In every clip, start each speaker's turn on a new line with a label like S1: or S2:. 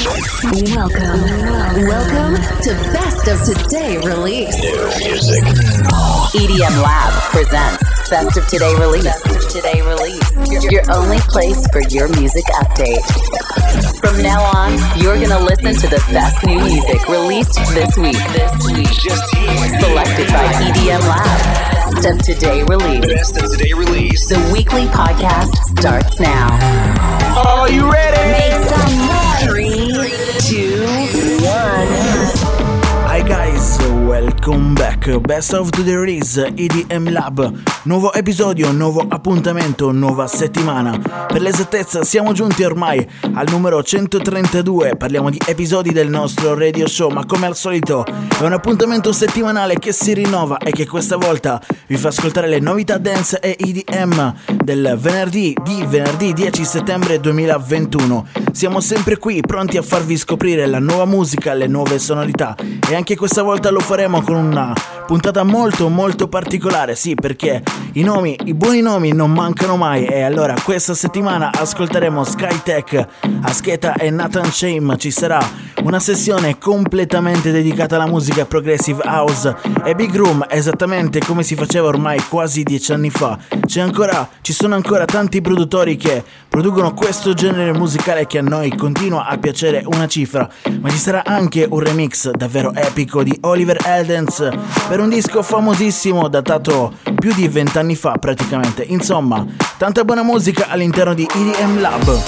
S1: Welcome to Best of Today Release.
S2: New music.
S3: EDM Lab presents Best of Today Release. Best of Today Release. Your only place for your music update. From now on, you're gonna listen to the best new music released this week.
S2: Just here.
S3: Selected by EDM Lab. Best of Today Release.
S2: Best of Today Release.
S3: The weekly podcast starts now.
S2: Are you ready?
S3: Make some noise. 3, 2, 1.
S4: Hi guys, welcome back. Best of Today Release, EDM Lab. Nuovo episodio, nuovo appuntamento, nuova settimana. Per l'esattezza siamo giunti ormai al numero 132. Parliamo di episodi del nostro radio show, ma come al solito è un appuntamento settimanale che si rinnova e che questa volta vi fa ascoltare le novità dance e EDM del venerdì 10 settembre 2021. Siamo sempre qui pronti a farvi scoprire la nuova musica, le nuove sonorità, e anche questa volta lo faremo con una puntata molto particolare, sì, perché i buoni nomi non mancano mai. E allora questa settimana ascolteremo Skytech, Asketa e Nathan Shame. Ci sarà una sessione completamente dedicata alla musica progressive house e big room, esattamente come si faceva ormai quasi 10 anni fa. Ci sono ancora tanti produttori che producono questo genere musicale che a noi continua a piacere una cifra, ma ci sarà anche un remix davvero epico di Oliver Heldens per un disco famosissimo datato più di 20 anni fa praticamente. Insomma, tanta buona musica all'interno di EDM Lab.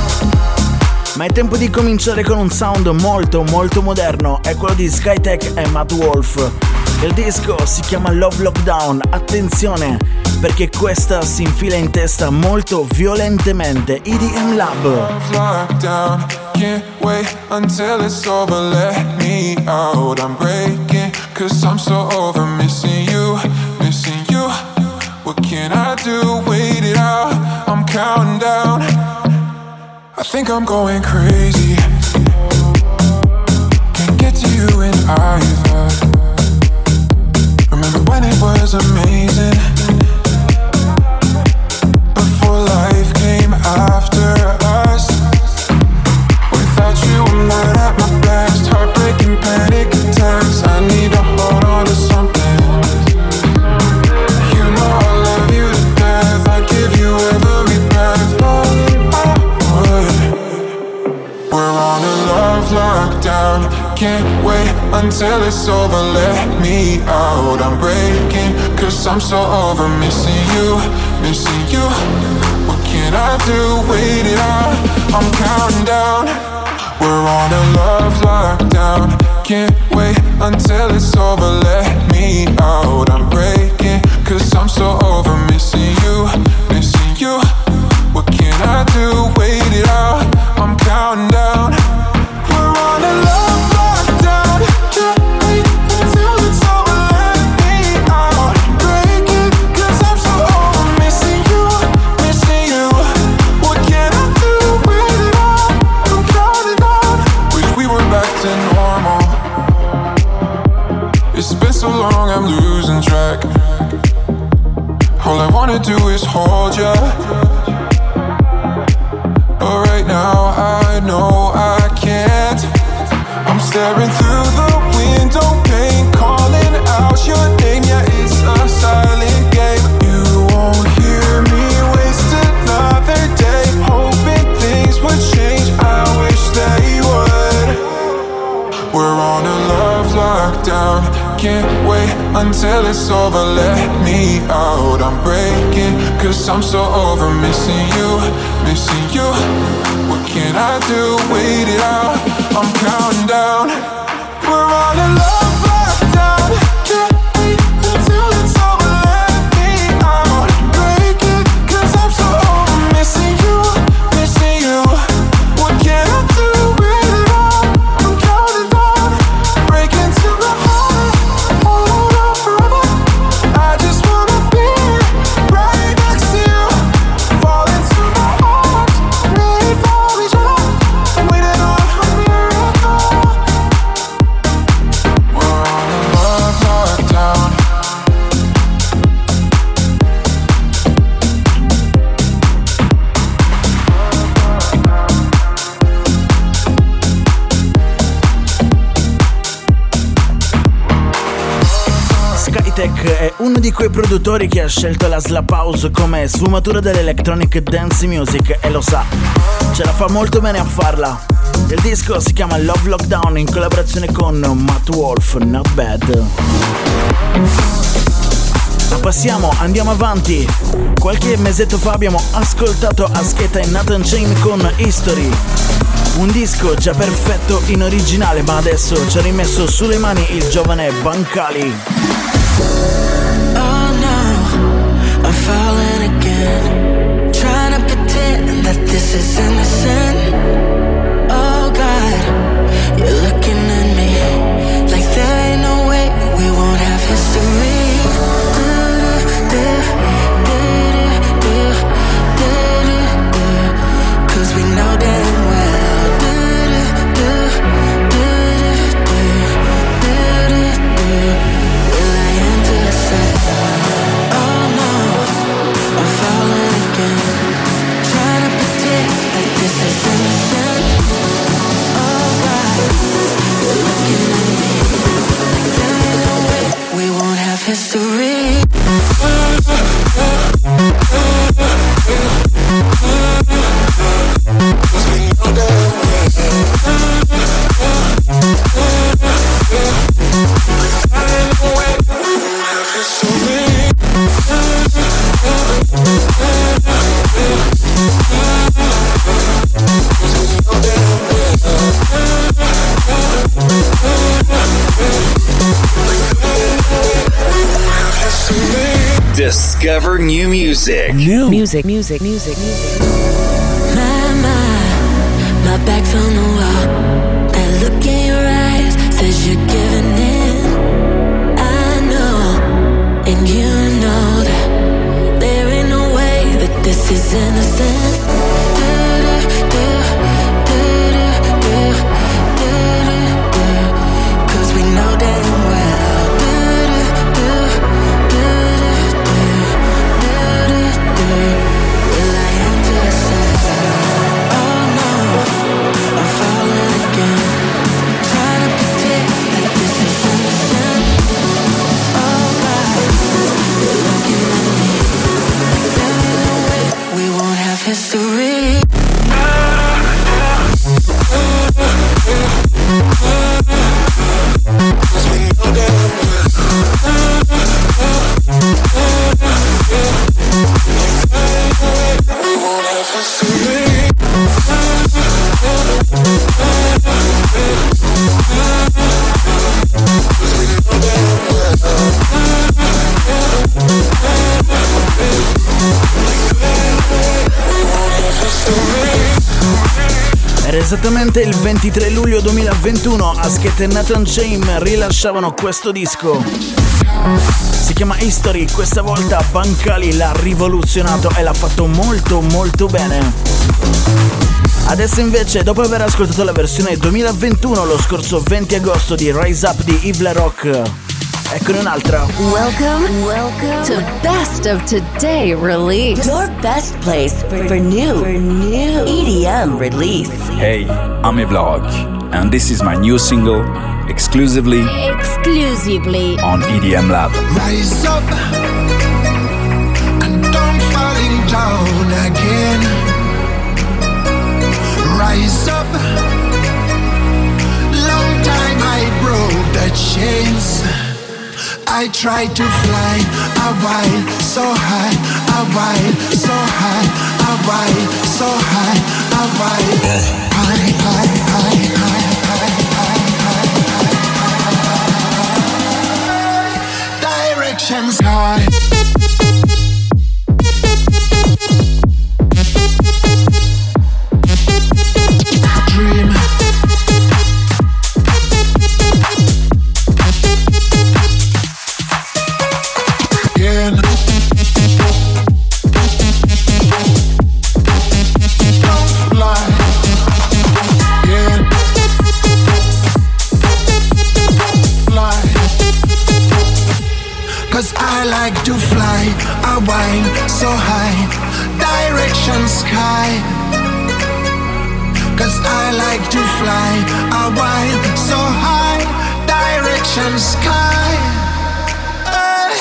S4: Ma è tempo di cominciare con un sound molto moderno, è quello di Skytech e Matt Wolf. Il disco si chiama Love Lockdown. Attenzione, perché questa si infila in testa molto violentemente. EDM Lab.
S5: Love Lockdown, can't wait until it's over, let me out. I'm breaking, cause I'm so over missing you. What can I do? Wait it out, I'm counting down. I think I'm going crazy. Can't get to you in either. Remember when it was amazing, before life came after us. Without you I'm not at my best. Heartbreaking panic attacks. I need to hold on to something. You know I love you to death. I give you every breath. We're on a love lockdown. Can't wait until it's over, let me out. I'm breaking, cause I'm so over missing you. What can I do? Wait it out, I'm counting down. We're on a love lockdown. Can't wait until it's over, let me out. I'm breaking, cause I'm so over missing you. What can I do? Wait it out, I'm counting down. We're on a love lockdown. Can't wait until it's over, let me out. Breaking, cause I'm so over missing you. What can I do? Wait it out, I'm counting down. Wish we were back to normal. It's been so long, I'm losing track. All I wanna do is hold ya. But right now I know I can't. I'm staring through the window pane, calling out your name. Yeah, it's a silent game. You won't hear me waste another day, hoping things would change. I wish they would. We're on a love lockdown. Can't wait until it's over, let me out. I'm breaking, cause I'm so over missing you. What can I do? Wait it out, I'm counting down. We're on a love lockdown. Can't wait until it's over, let me out. Breaking, cause I'm so over missing you. What can I do? Wait it out, I'm counting down. Breaking to the heart, hold on forever. I just wanna be right next to you. Fall into my arms, made for each other. I'm waiting on a miracle.
S4: Vitek è uno di quei produttori che ha scelto la slap house come sfumatura dell'electronic dance music e lo sa, ce la fa molto bene a farla. Il disco si chiama Love Lockdown in collaborazione con Matt Wolf, Not Bad. Ma passiamo, andiamo avanti. Qualche mesetto fa abbiamo ascoltato Asketa e Nathan Chain con History, un disco già perfetto in originale, ma adesso ci ha rimesso sulle mani il giovane Bancali.
S6: Oh no, I'm falling again, trying to pretend that this is innocent. Oh God, you're looking at me like there ain't no way we won't have history. Cause we know damn well will I enter a set? Oh no, I'm falling again, trying to pretend like this is innocent. Oh God, you're looking at me like there ain't no way we won't have history.
S2: Discover new music.
S3: Music.
S6: My back's on the wall. That look in your eyes says you're giving in. I know, and you know that there ain't no way that this is innocent. Cause we know damn well will I enter a set? Oh no, I'm falling again, trying to pretend like this is innocent. Oh God, you're looking at me like there ain't no way we won't have history. Cause we know damn we won't have history.
S4: Era esattamente il 23 luglio 2021, Asketa e Nathan Chain rilasciavano questo disco. Si chiama History, questa volta Bancali l'ha rivoluzionato e l'ha fatto molto molto bene. Adesso invece, dopo aver ascoltato la versione 2021 lo scorso 20 agosto di Rise Up di Yves LaRock, eccone un'altra.
S1: Welcome to Best of Today Release.
S3: Your best place for new EDM release.
S7: Hey, I'm Yves LaRock, and this is my new single, exclusively on EDM Lab.
S5: Rise up and don't falling down again. Rise up. Long time I broke the chains. I tried to fly a while so high, a while so high, a while so high, a while high, high, high, high, high, high, high. Directions high. Dream. Again. Don't fly. Again. Fly. 'Cause I like to fly a while so high, direction sky. 'Cause I like to fly a while so high, direction sky.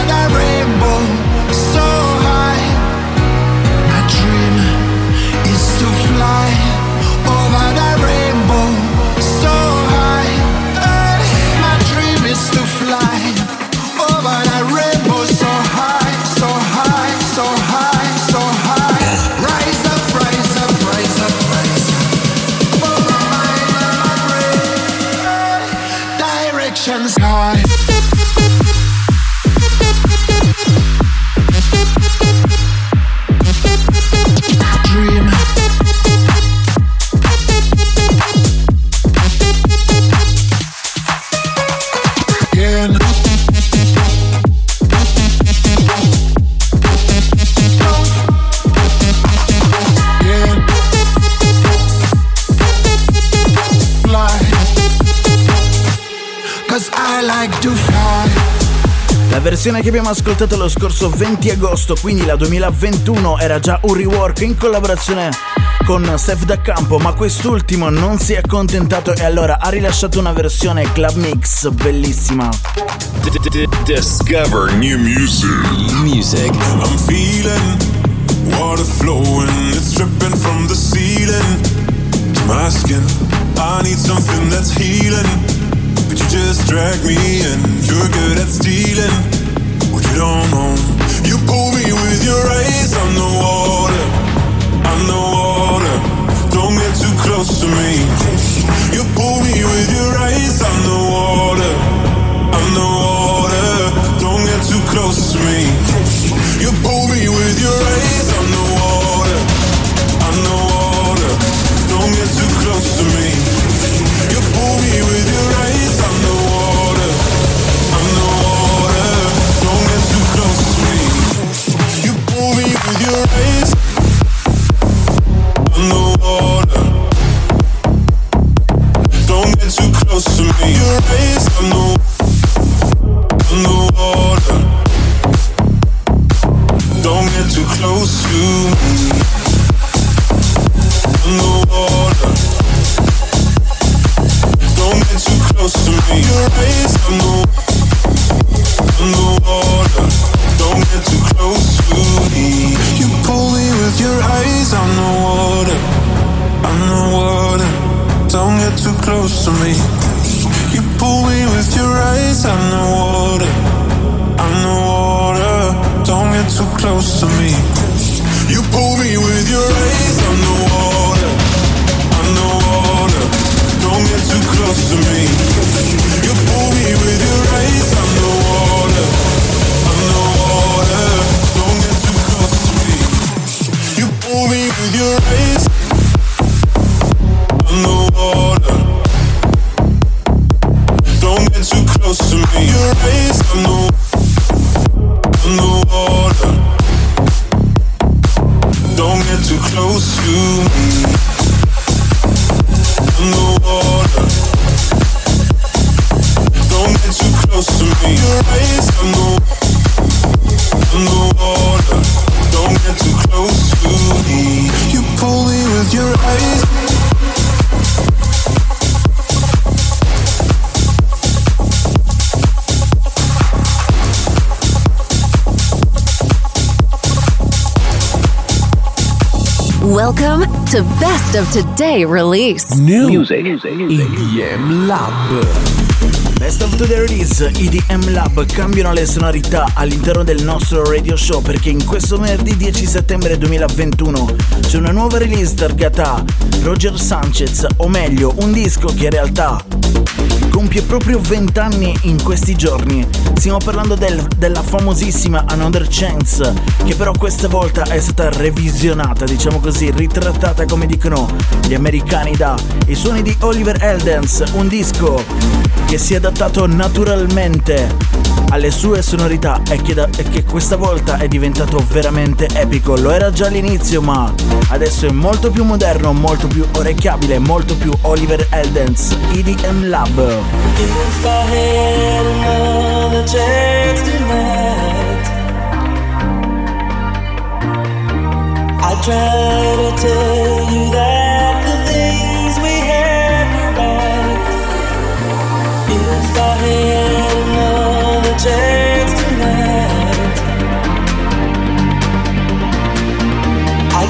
S8: the rainbow so high. My dream is to fly over the rainbow so high. My dream is to fly over the rainbow so high, so high, so high, so high. Rise up, rise up, rise up, rise up. For my mind and my brain, directions high. Dream. Again.
S4: La versione che abbiamo ascoltato lo scorso 20 agosto, quindi la 2021, era già un rework in collaborazione con Seth Da Campo, ma quest'ultimo non si è accontentato e allora ha rilasciato una versione club mix bellissima.
S2: Discover new music.
S5: I'm feeling water flowing, it's dripping from the ceiling to my skin. I need something that's healing, but you just drag me in. You're good at stealing what you don't own. You pull me with your eyes on the water, on the water. Don't get too close to me. You pull me with your eyes on the water, on the water. Don't get too close to me. You pull me with your eyes on the water, on the water. Don't get too close to me. You pull me with your eyes on the water, on the water. Don't get too close to me. You pull me with your eyes on the water. Don't get too close to me. Your eyes on the water. Don't get too close to me. On the water. Don't get too close to me. Your eyes on the water. Don't get too close to me. You pull me with your eyes on the water, on the water. Don't get too close to me. You pull me with your eyes on the water, on the water. Don't get too close to me. You pull me with your eyes on the water, on the water. Don't get too close to me. You pull me with your eyes on the water, on the water. Don't get too close to me. You pull me with your eyes on the water. Don't get too close to me. Your eyes on the water. Don't get too close to me. On the water. Don't get too close to me. Your eyes on the water. Don't get too close to me. You pull me with your eyes.
S1: Welcome to Best of Today Release.
S7: New Music EDM Lab.
S4: Best of Today Release, EDM Lab cambiano le sonorità all'interno del nostro radio show perché in questo venerdì 10 settembre 2021 c'è una nuova release targata Roger Sanchez, o meglio un disco che in realtà compie proprio 20 anni in questi giorni. Stiamo parlando della famosissima Another Chance, che però questa volta è stata revisionata, diciamo così, ritrattata come dicono gli americani da i suoni di Oliver Heldens, un disco che si è adattato naturalmente alle sue sonorità e che questa volta è diventato veramente epico. Lo era già all'inizio, ma adesso è molto più moderno, molto più orecchiabile, molto più Oliver Heldens. EDM Lab.
S6: If I had another chance tonight, I'd try to tell you that the things we had were right. If I had another chance tonight,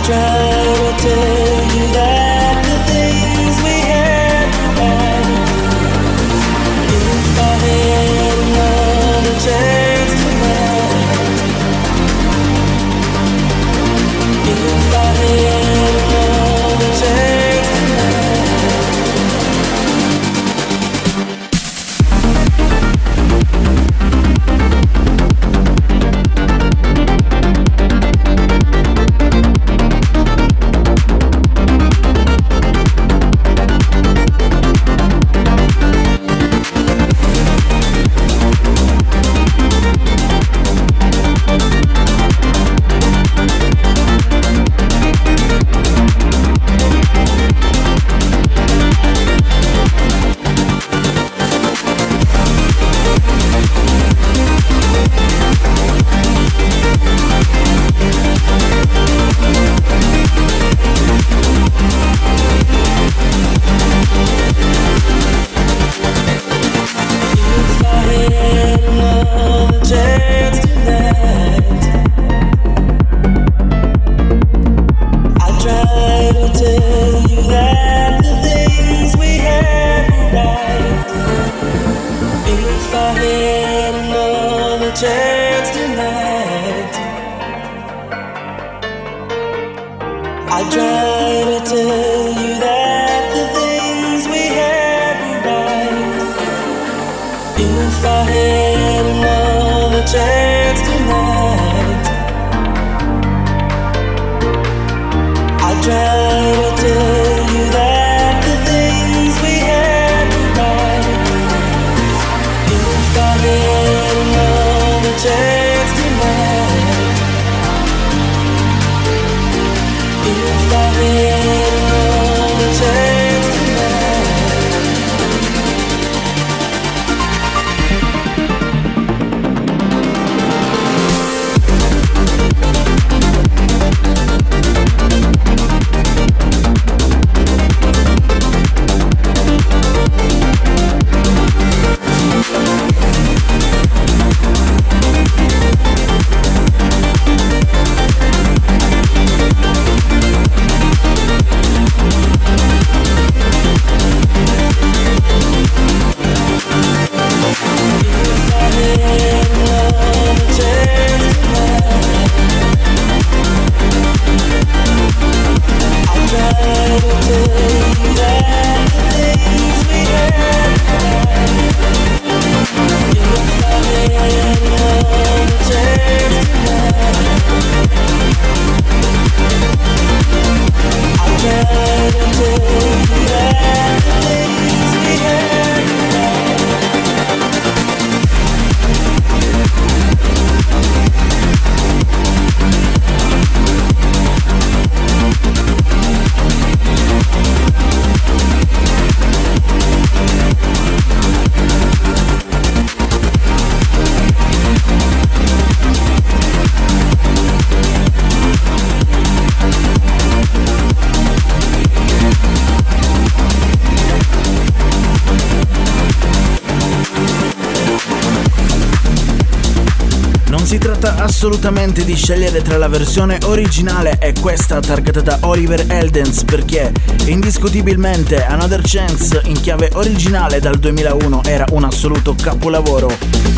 S4: Si tratta assolutamente di scegliere tra la versione originale e questa targata da Oliver Heldens, perché indiscutibilmente Another Chance in chiave originale dal 2001 era un assoluto capolavoro.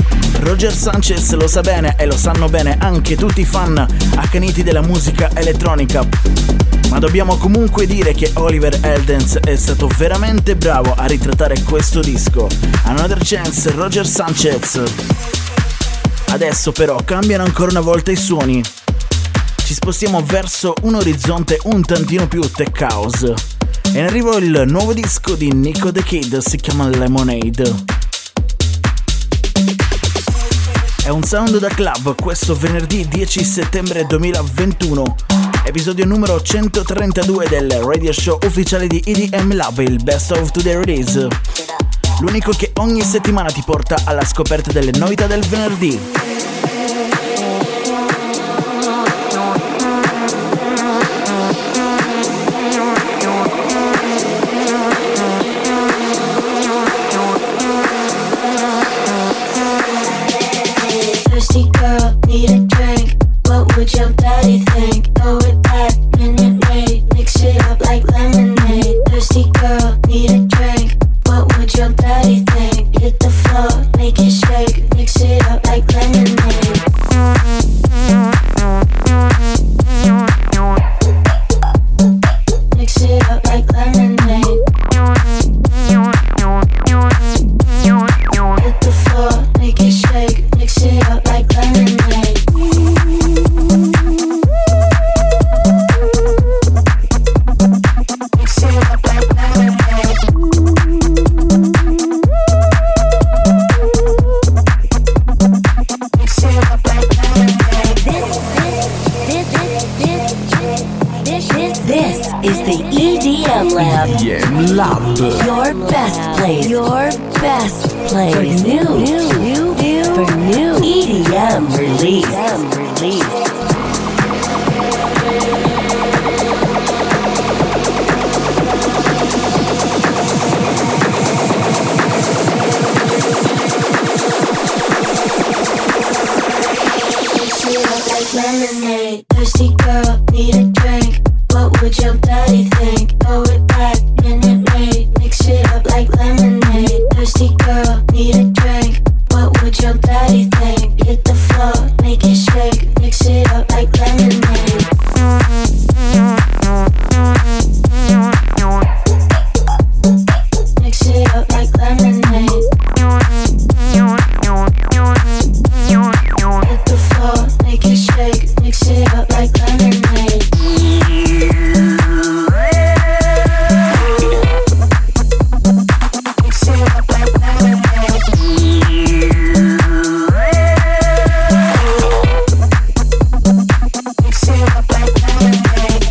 S4: Roger Sanchez lo sa bene e lo sanno bene anche tutti i fan accaniti della musica elettronica, ma dobbiamo comunque dire che Oliver Heldens è stato veramente bravo a ritrattare questo disco. Another Chance, Roger Sanchez. Adesso però cambiano ancora una volta i suoni. Ci spostiamo verso un orizzonte un tantino più tech house. E in arrivo il nuovo disco di Nico the Kid, si chiama Lemonade. È un sound da club questo venerdì 10 settembre 2021. Episodio numero 132 del radio show ufficiale di EDM Lab, il Best of Today Release. L'unico che ogni settimana ti porta alla scoperta delle novità del venerdì.
S9: Thirsty girl, need a drink. What would your daddy think? Throw it back in your
S3: This is the EDM Lab.
S7: EDM Lab.
S3: Your best place. Your best place. For new EDM release.
S9: Lemonade, thirsty girl, need a drink. What would your body think? Throw it back, Minute Maid. Mix it up like lemonade. Thirsty girl, need a drink. What would your body think? Hit the floor, make it shake. Mix it up like lemonade. Mix it up like lemonade. Hit the floor, make it shake. Mix it up like lemonade. Mix it up like lemonade. Mix it up like lemonade.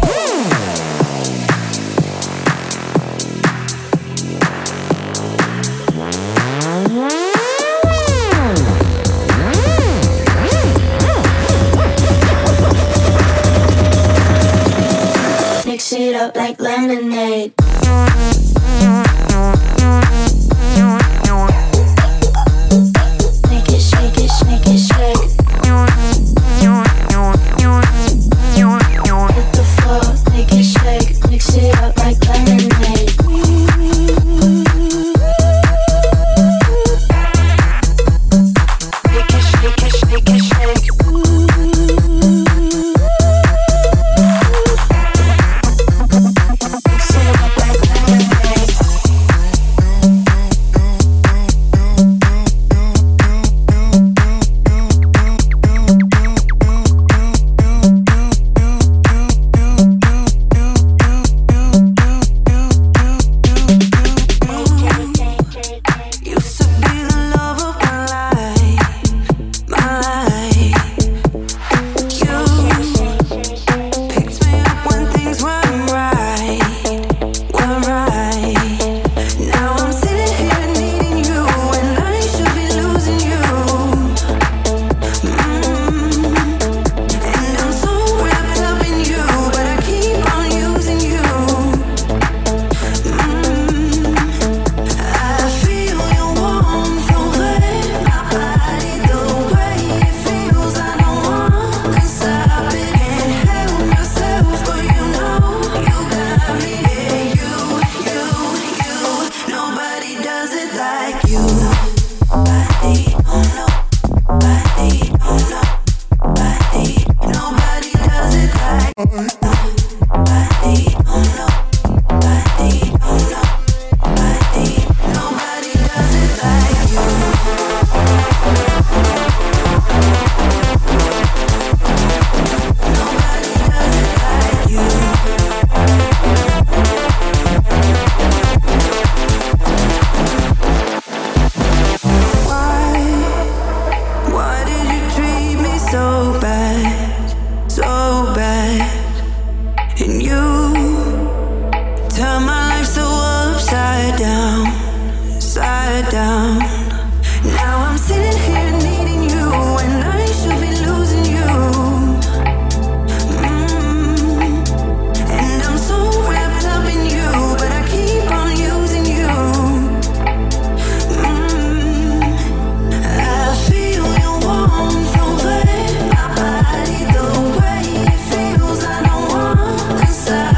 S9: Mix it up like lemonade. Make it shake, it shake, it shake. Hit the floor, make it shake. Mix it up like lemonade. Make it shake, it shake, it shake. Mix it up like lemonade.
S6: Used to be the love of my life, my life. You picked me up when things weren't right, weren't right. Now I'm sitting here needing you when I should be losing you. And I'm so wrapped up in you, but I keep on using you. I feel your warmth over my body, the way it feels. I don't wanna stop it, can't help myself, but you know you got me. Yeah, you. Nobody does it like you. Nobody, oh nobody, oh nobody. Nobody does it like nobody, oh nobody, oh nobody. Nobody does it like you. Nobody does it like you. Why did you treat me so bad, so bad? And you turn my life so upside down, upside down. Now I'm sitting here needing you when I should be losing you. And I'm so wrapped up in you, but I keep on using you. I feel your warmth over my body, the way it feels. I don't wanna stop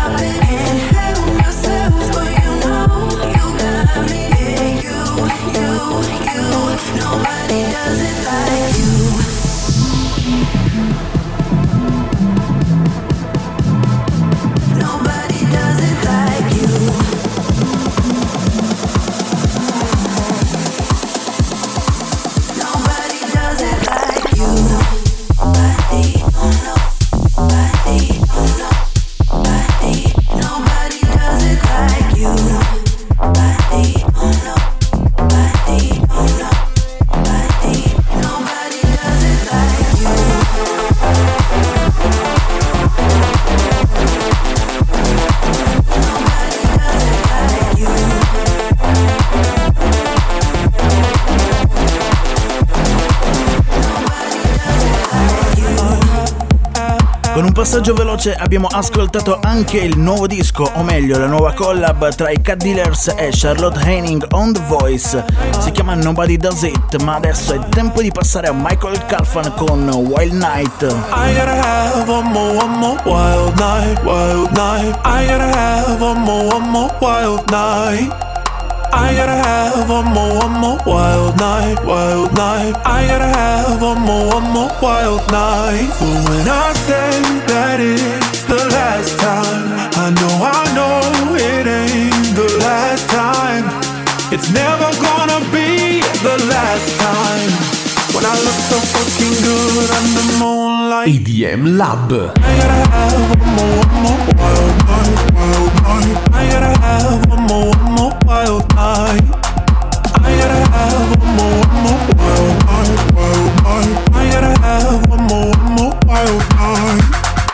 S4: un passaggio veloce abbiamo ascoltato anche il nuovo disco, o meglio la nuova collab tra i Cat Dealers e Charlotte Haining on The Voice. Si chiama Nobody Does It, ma adesso è tempo di passare a Michael Calfan con Wild Night.
S5: I gotta have one more wild night, wild night. I gotta have one more wild night. I gotta have one more wild night, wild night. I gotta have one more wild night. But when I say that it's the last time, I know it ain't the last time. It's never gonna be the last time. When I look so fucking good under moonlight.
S10: EDM Lab.
S5: I gotta have one more wild night, wild night. I gotta have one more wild night. I gotta have one more wild night, wild night. I gotta have one more wild night.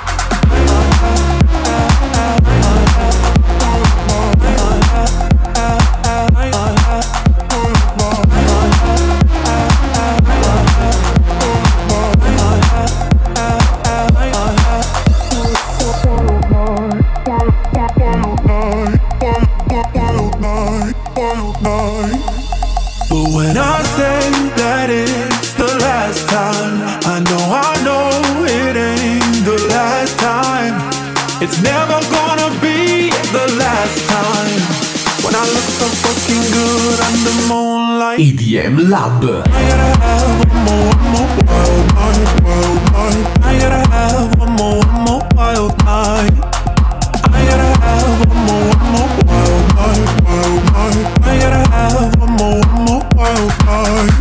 S5: But when I say that it's the last time, I know it ain't the last time. It's never gonna be the last time. When I look so fucking good under moonlight.
S10: EDM Lab.
S5: I gotta have one more wild night, wild night. I gotta have one more wild night. I gotta have one more wild night, wild night. I gotta have one more wild night.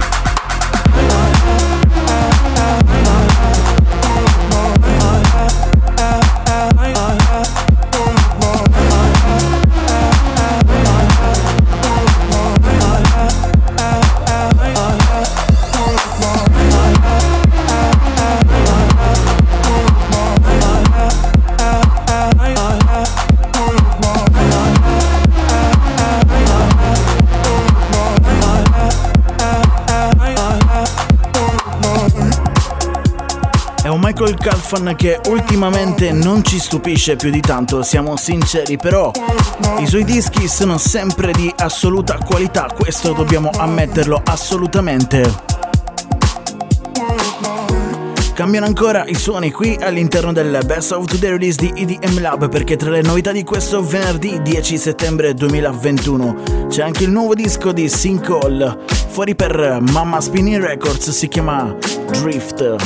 S4: Michael Calfan che ultimamente non ci stupisce più di tanto, siamo sinceri, però i suoi dischi sono sempre di assoluta qualità, questo dobbiamo ammetterlo assolutamente. Cambiano ancora i suoni qui all'interno del Best of Today Release di EDM Lab, perché tra le novità di questo venerdì 10 settembre 2021 c'è anche il nuovo disco di Sinkhole, fuori per Mama Spinning Records, si chiama Drift.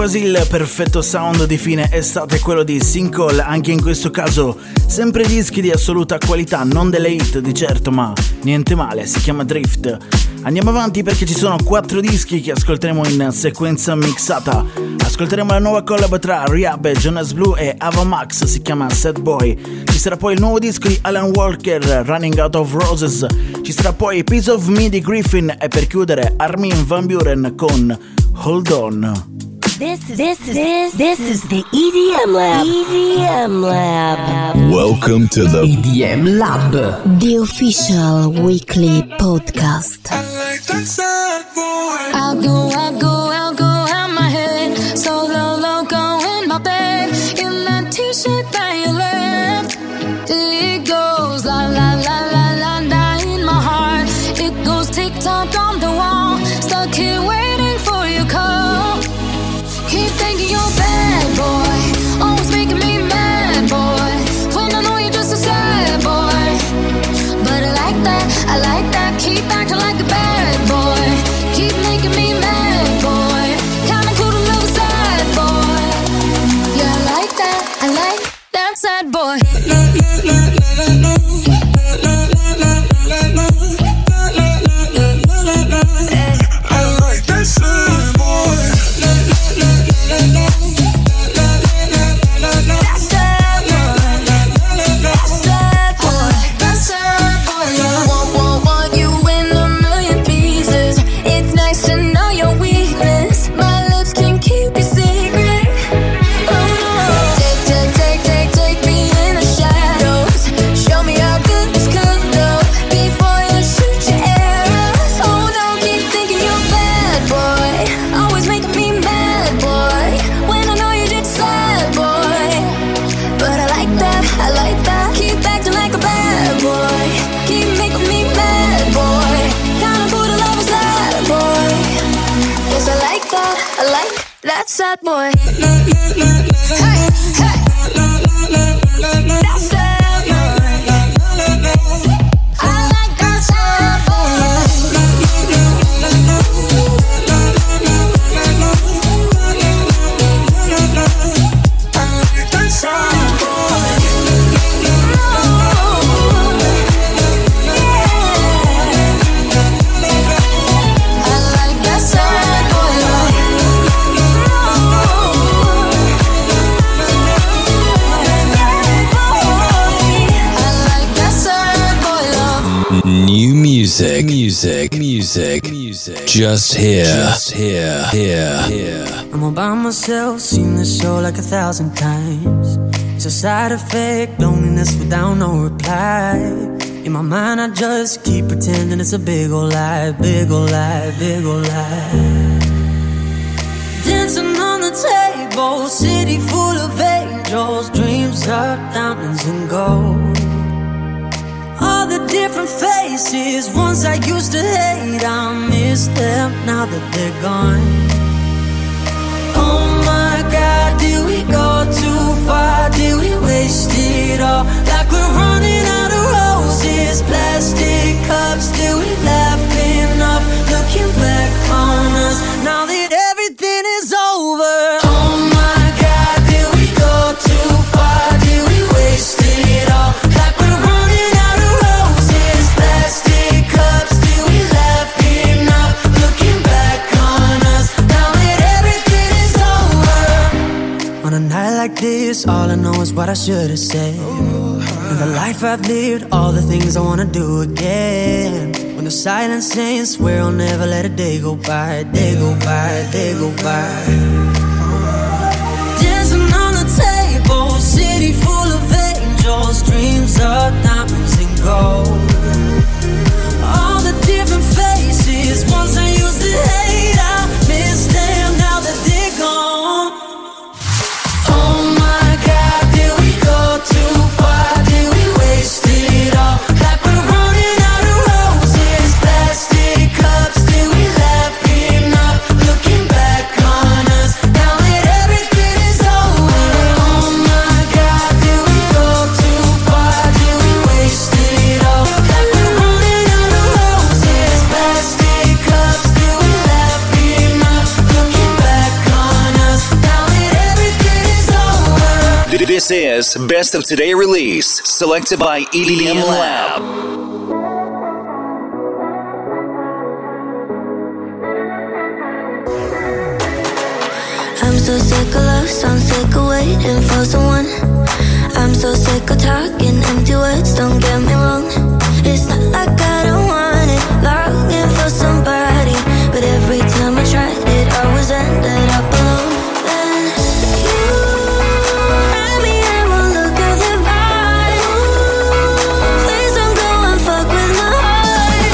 S4: quasi il perfetto sound di fine estate, quello di Sinkhole, anche in questo caso sempre dischi di assoluta qualità, non delle hit di certo, ma niente male, si chiama Drift. Andiamo avanti perché ci sono 4 dischi che ascolteremo in sequenza mixata. Ascolteremo la nuova collab tra Rehab, Jonas Blue e Ava Max, si chiama Sad Boy. Ci sarà poi il nuovo disco di Alan Walker, Running Out of Roses. Ci sarà poi Piece of Me di Griffin e per chiudere Armin van Buuren con Hold On.
S11: This is the EDM Lab. EDM Lab.
S10: Welcome to the EDM Lab,
S11: the official weekly podcast.
S9: I'll go out my head, so low, go in my bed, in that t-shirt that you left. It goes la la la la la la in my heart. It goes tick-tock on the wall, stuck here waiting for your call. Keep thinking you're bad, boy, always making me mad, boy, when I know you're just a sad boy. But I like that, keep acting like a bad boy. Keep making me mad, boy, kinda cool to love a sad boy. Yeah, I like that sad boy. Sad boy. Hey, hey. That's sad boy. I like that sad boy.
S10: Music. Just here.
S12: I'm all by myself, seen this show like 1,000 times. It's a side effect, loneliness without no reply. In my mind I just keep pretending it's a big ol' lie, big ol' lie, big ol' lie. Dancing on the table, city full of angels, dreams of diamonds and gold. All the different faces, ones I used to hate, I miss them now that they're gone. Oh my God, did we go too far? Did we waste it all? Like we're running out of roses, plastic cups. Did we laugh enough, looking back on us, now that everything is over? Oh my God, did we go too far? Did we waste it all? Like we're running out of roses, plastic cups. Did we laugh enough, looking back on us, now that everything is over? On a night like this, all I know is what I should have said. And the life I've lived, all the things I wanna do again. When the silence ends, swear I'll never let a day go by, day go by, day go by. Dancing on the table, city full of angels, dreams of diamonds and gold. All the different faces, ones I used to hate, I miss them now that they're gone. Oh my God, did we go too far? Did we waste it all? Like we're running out of roses, plastic cups. Did we laugh enough, looking back on us,
S2: This is Best of Today Release, selected by EDM Lab.
S9: I'm so sick of love, so I'm sick of waiting for someone. I'm so sick of talking empty words, don't get me wrong. It's not like I don't want it, longing for somebody, but every time I tried it, always ended up alone. Then you had me and won't look at the body. Please don't go and fuck with my heart.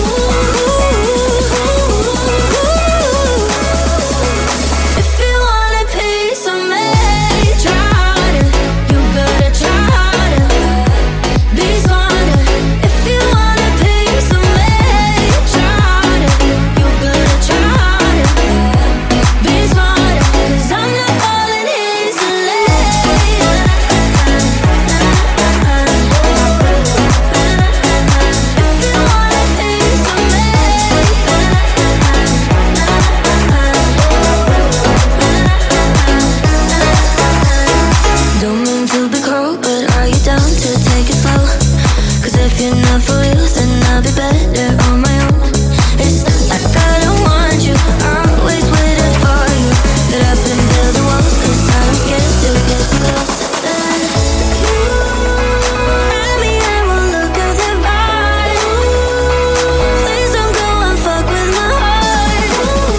S9: If you want a piece of me, try to. You gotta try to be smarter. If you want a piece of me, try to. You gotta try to be smarter. 'Cause I'm not falling easily. If you want a piece of me, don't mean to be cruel, but are you down to take it slow? 'Cause if you're not for real, then I'll be better on my own. It's not like I don't want you, I always waited for you. Get up and build the walls, 'cause I'm scared to get too close. Then you had me and won't look at the body. Please don't go and fuck with my heart.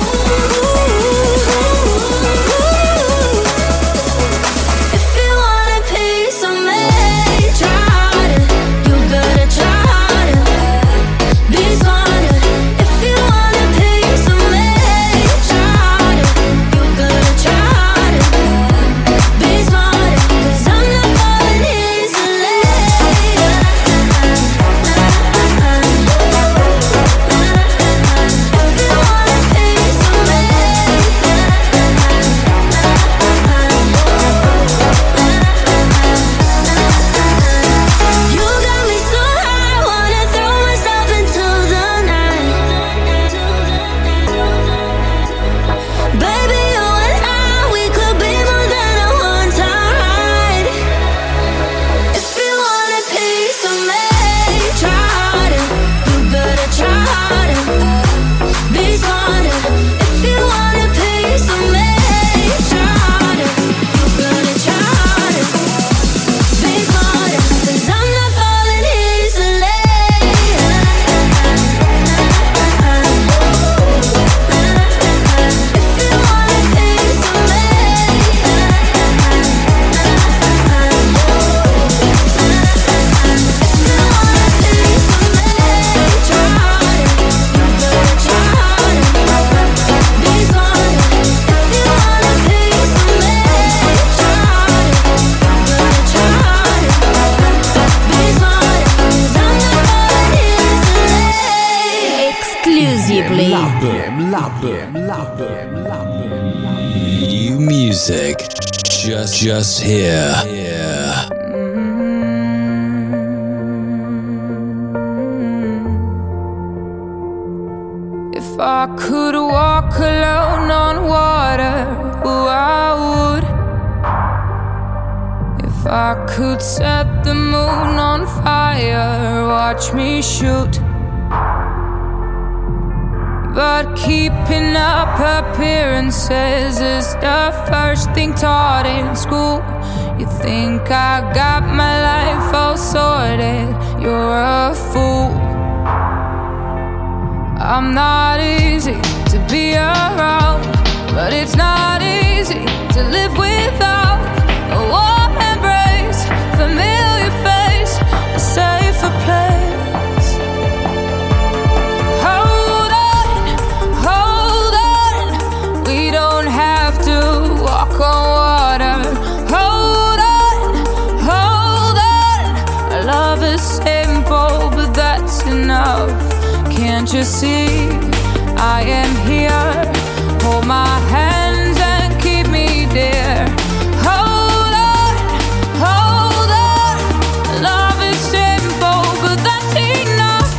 S9: If you want a piece of me, try to. You gotta try to be smarter. If you want a piece of me, try to. You gotta try to be smarter. 'Cause I'm not falling easily. If you want a piece of me, you got me so high, wanna throw myself into the night. Baby, you and I, we could be more than a one-time ride. If you want a piece of me, try to. You gotta try to be smarter. If you want a piece of me, try to. You gotta try to be smarter. 'Cause I'm not falling easily. If you want a piece of me,
S11: Exclusively.
S10: New music. Just here.
S13: If I could walk alone on water, oh, I would. If I could set the moon on fire, watch me shoot. But keeping up appearances is the first thing taught in school. You think I got my life all sorted, you're a fool. I'm not easy to be around, but it's not easy to live without a warm embrace, familiar face, a safer place. Hold on, we don't have to walk on water. Hold on, our love is simple, but that's enough. Can't you see I am here? Hold my hands and keep me dear. Hold on, love is simple, but that's enough.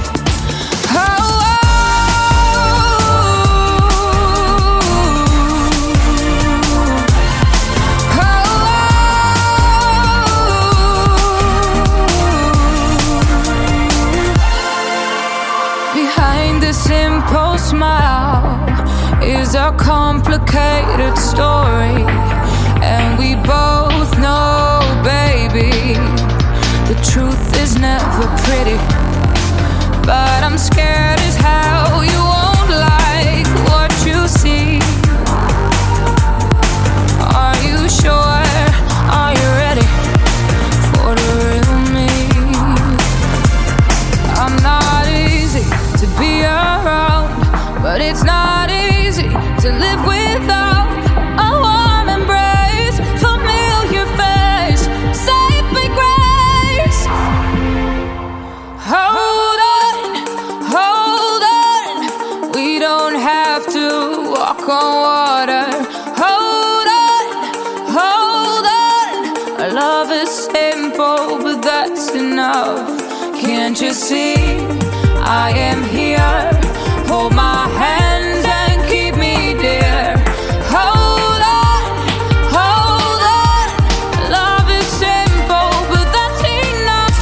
S13: is a complicated story, and we both know, baby, the truth is never pretty. But I'm scared as hell you won't like what you see. Are you sure? Are you ready for the real me? I'm not easy to be around, but it's not easy to live without a warm embrace, familiar face, saving grace. Hold on, we don't have to walk on water. Hold on, our love is simple, but that's enough. Can't you see I am here? Hold my hands and keep me dear. Hold on, love is simple, but that's enough.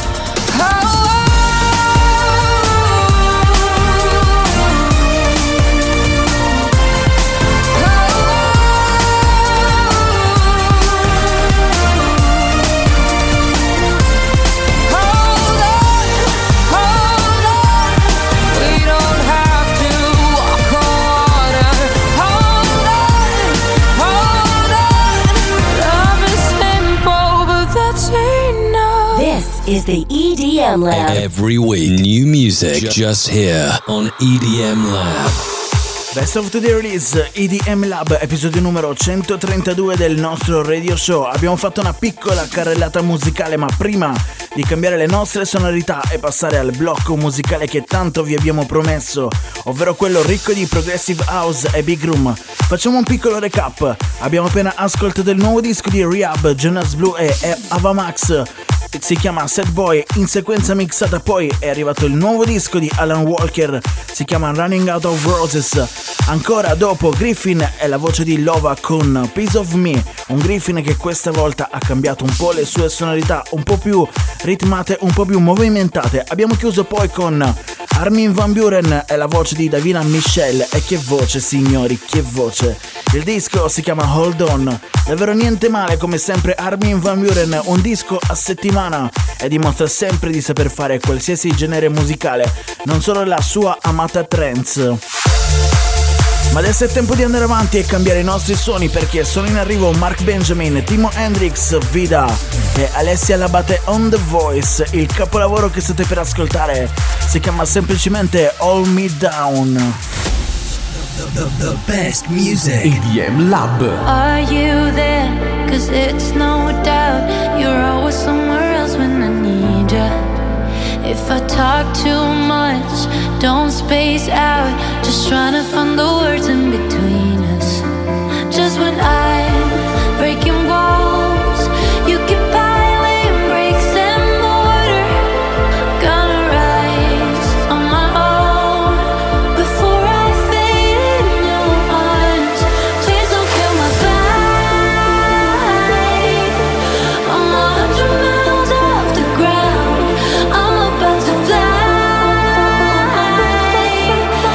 S3: Is the EDM Lab.
S10: Every week, new music just here on EDM Lab.
S4: Best of Today Release, EDM Lab, episodio numero 132 del nostro radio show. Abbiamo fatto una piccola carrellata musicale, ma prima di cambiare le nostre sonorità e passare al blocco musicale che tanto vi abbiamo promesso, ovvero quello ricco di Progressive House e Big Room, facciamo un piccolo recap. Abbiamo appena ascoltato il nuovo disco di Rehab, Jonas Blue e Avamax, si chiama Sad Boy, in sequenza mixata poi è arrivato il nuovo disco di Alan Walker, si chiama Running Out of Roses. Ancora dopo Griffin è la voce di Lova con Piece of Me, un Griffin che questa volta ha cambiato un po' le sue sonorità, un po' più ritmate, un po' più movimentate. Abbiamo chiuso poi con Armin van Buuren e la voce di Davina Michelle, e che voce signori, che voce. Il disco si chiama Hold On, davvero niente male come sempre Armin van Buuren, un disco a settimana e dimostra sempre di saper fare qualsiasi genere musicale, non solo la sua amata trance. Ma adesso è tempo di andare avanti e cambiare i nostri suoni, perché sono in arrivo Mark Benjamin, Timo Hendrix, Vida e Alessia Labate on The Voice. Il capolavoro che state per ascoltare si chiama semplicemente All Me Down.
S10: The best music.
S14: EDM Lab.
S9: Are you there? 'Cause it's no doubt you're always somewhere else when I need you. If I talk too much, don't space out. Just trying to find the words in between us. Just when I'm breaking walls, you keep piling bricks and mortar. Gonna rise on my own before I fade in your arms. Please don't kill my vibe. I'm 100 miles off the ground. I'm about to fly.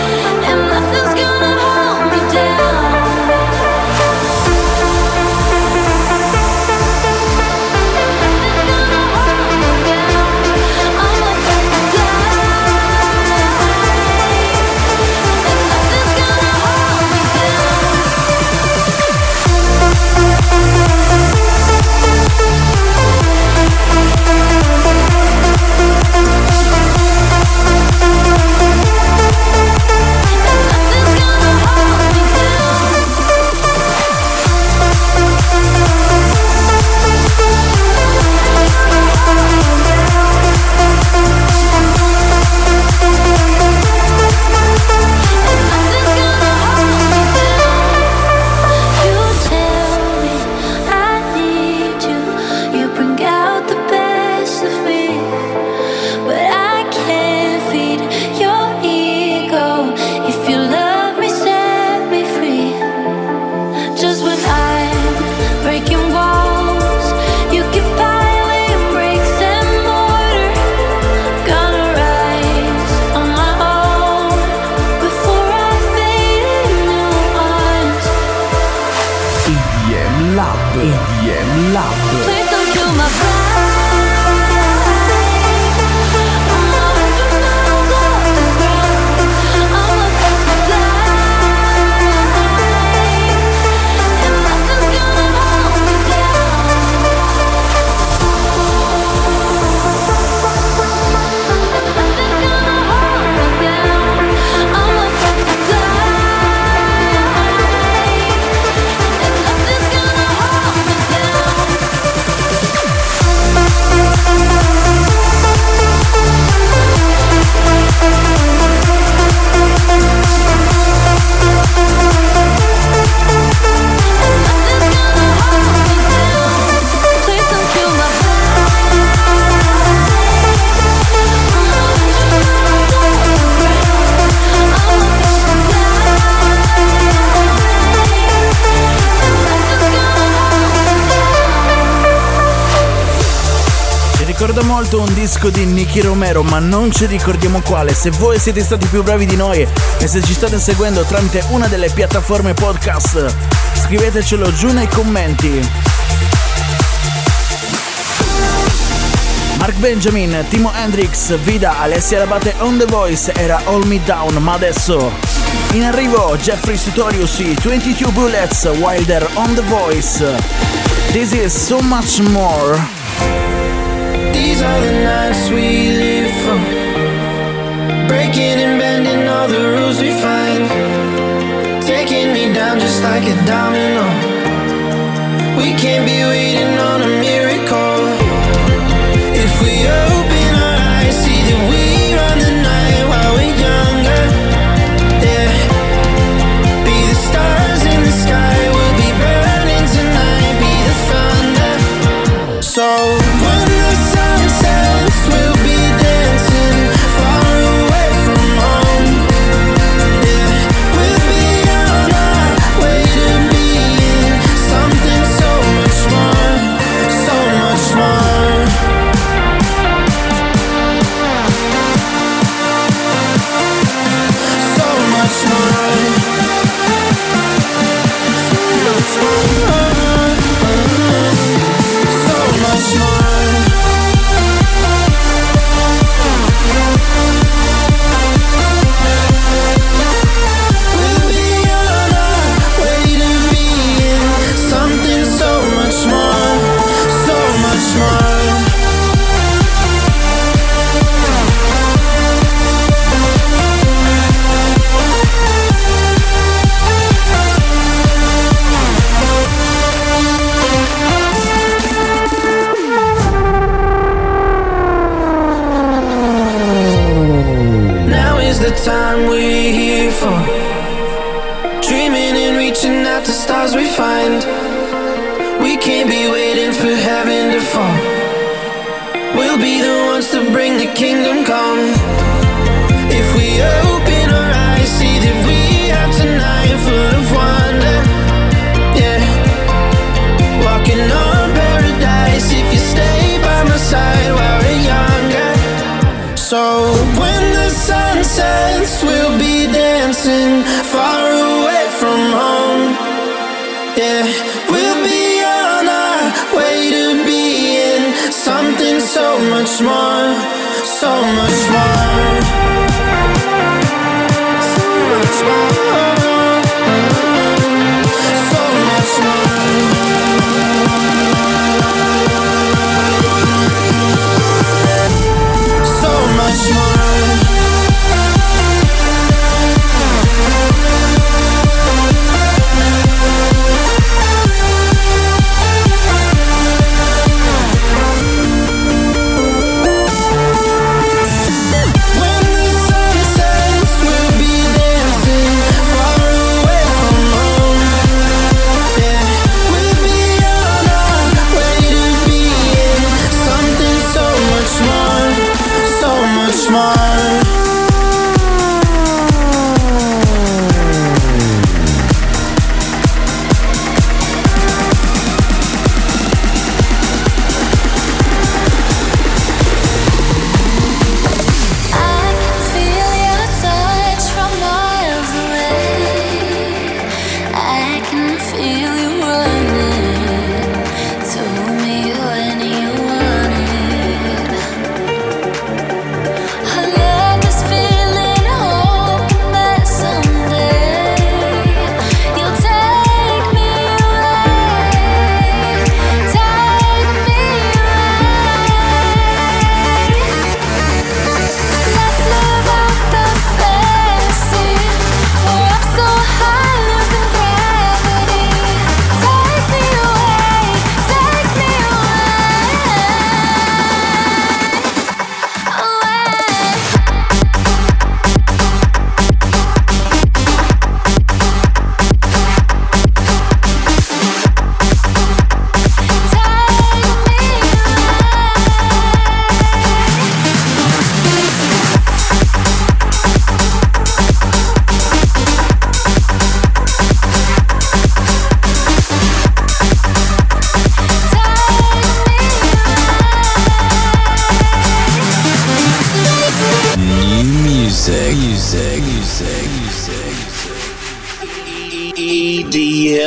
S4: ricorda molto un disco di Nicky Romero, ma non ci ricordiamo quale. Se voi siete stati più bravi di noi e se ci state seguendo tramite una delle piattaforme podcast, scrivetecelo giù nei commenti. Mark Benjamin, Timo Hendrix, Vida, Alessia Labate on The Voice era All Me Down, ma adesso in arrivo Jeffrey Sutorius, 22 Bullets, Wilder on The Voice. This is So Much More.
S14: These are the nights we live for, breaking and bending all the rules we find, taking me down just like a domino. We can't be waiting on a miracle. If we open our eyes, see that we run the night while we're younger. Yeah, be the stars in the sky, we'll be burning tonight, be the thunder. So when the sun sets, we'll be dancing far away from home. Yeah, we'll be on our way to being something so much more, so much more. Time we're here for, dreaming and reaching out the stars we find. We can't be waiting for heaven to fall. We'll be the ones to bring the kingdom come. If we open our eyes, see that we have tonight full of wonder. Yeah, walking on paradise if you stay by my side while we're younger. So when the sun sets, we'll be dancing far away from home. Yeah, we'll be on our way to being something so much more, so much more, so much more, so much more. When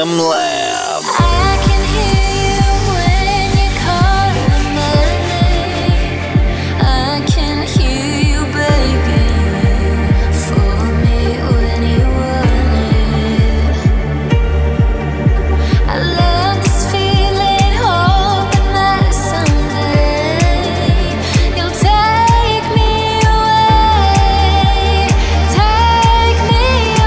S2: EDM Lab.
S9: I can hear you when you call my name. I can hear you begging for me when you want it. I love this feeling, hoping that someday you'll take me away, take me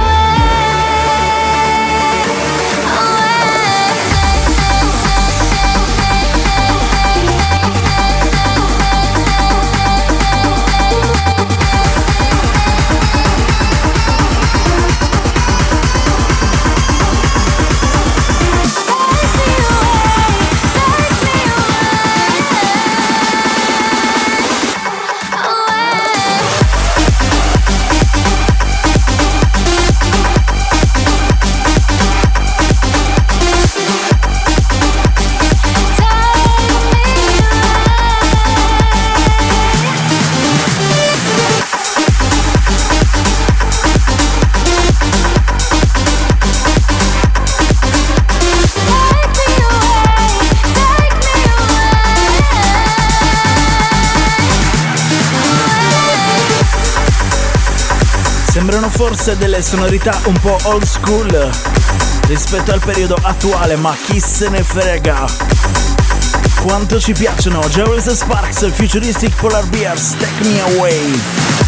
S4: Sembrano forse delle sonorità un po' old school rispetto al periodo attuale, ma chi se ne frega. Quanto ci piacciono Jewels Sparks, Futuristic Polar Bears, Take Me Away.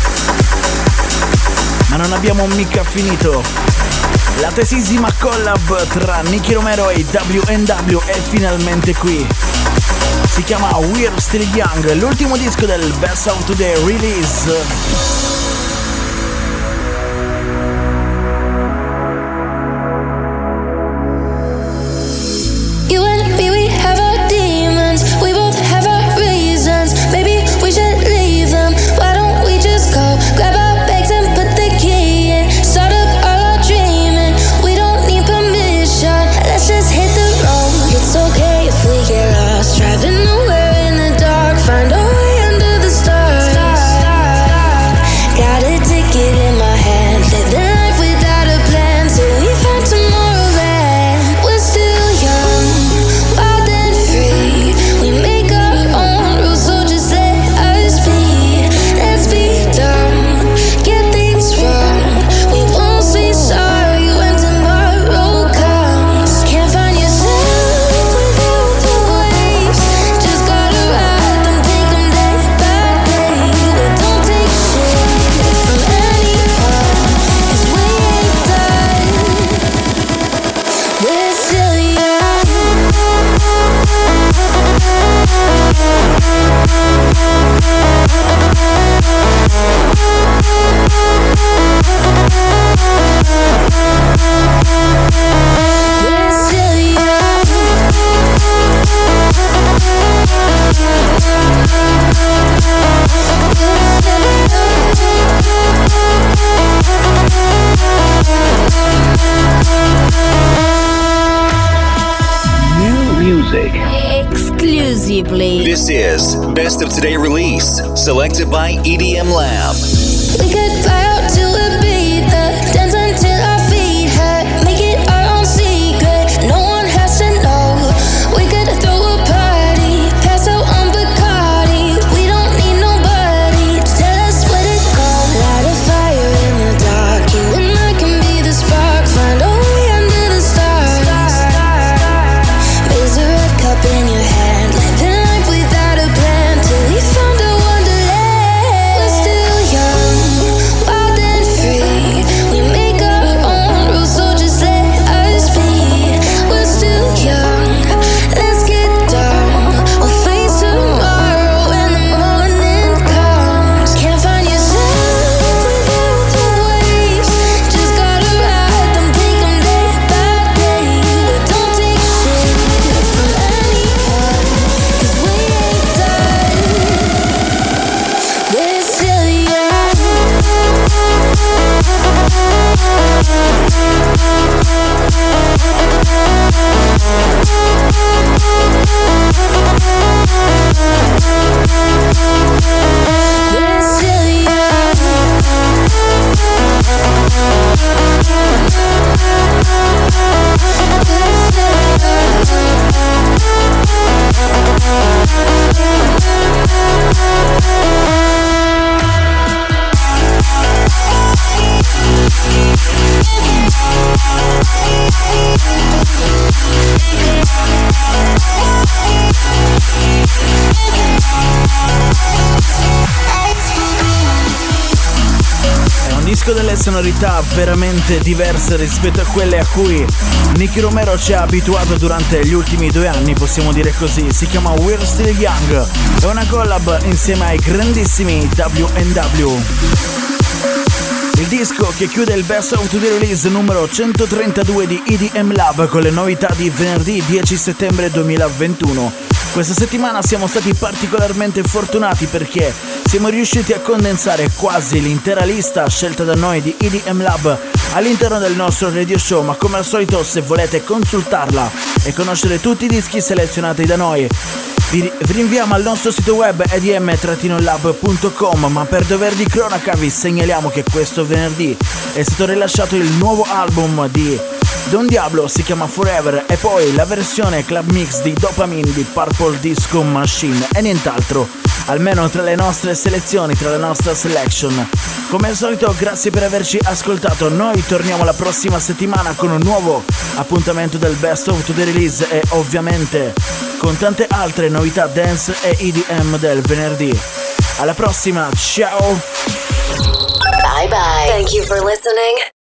S4: Ma non abbiamo mica finito. La tesissima collab tra Nicky Romero e W&W è finalmente qui. Si chiama We're Still Young, l'ultimo disco del Best of Today release.
S9: You and me, we have our demons. We both have our reasons. Maybe we should leave them. Why don't we just go grab our bags and put the key in? Start up all our dreaming. We don't need permission. Let's just hit the road. It's okay if we get lost. Driving nowhere in the dark. Find our way under the stars. Got a ticket in my hand. Live the life without a plan. Till we find tomorrowland. We're still young, wild and free. We make our own rules, so just let us be. Let's be dumb, get things wrong. We won't say sorry when tomorrow comes. Can't find yourself without the waves. Just gotta ride them, take them day by day. We don't take shit from anyone, 'cause we ain't done. We're still young. We're still
S2: New music.
S1: Exclusively.
S2: This is Best of Today release, selected by EDM Lab.
S9: We could fly out to Ibiza, dance until our feet hurt, make it our own secret. No one has to know. We could throw a party, pass out on Bacardi. We don't need nobody to tell us where to go. Light a fire in the dark. You and I can be the spark. Find our way under the stars. Raise a red cup in your hand, living life without a plan till we found a wonderland. We're still young, wild and free. We make our own
S4: disco delle sonorità veramente diverse rispetto a quelle a cui Nicky Romero ci ha abituato durante gli ultimi 2 anni, possiamo dire così. Si chiama We're Still Young, è una collab insieme ai grandissimi W&W. Il disco che chiude il Best of the Release numero 132 di EDM Lab con le novità di venerdì 10 settembre 2021. Questa settimana siamo stati particolarmente fortunati perché siamo riusciti a condensare quasi l'intera lista scelta da noi di EDM Lab all'interno del nostro radio show, ma come al solito, se volete consultarla e conoscere tutti i dischi selezionati da noi, vi rinviamo al nostro sito web edm-lab.com, ma per dover di cronaca vi segnaliamo che questo venerdì è stato rilasciato il nuovo album di Don Diablo, si chiama Forever, e poi la versione club mix di Dopamine di Purple Disco Machine e nient'altro, almeno tra le nostre selezioni, tra la nostra selection. Come al solito, grazie per averci ascoltato. Noi torniamo la prossima settimana con un nuovo appuntamento del Best of the Release e ovviamente con tante altre novità dance e EDM del venerdì. Alla prossima, ciao!
S3: Bye bye. Thank you for listening.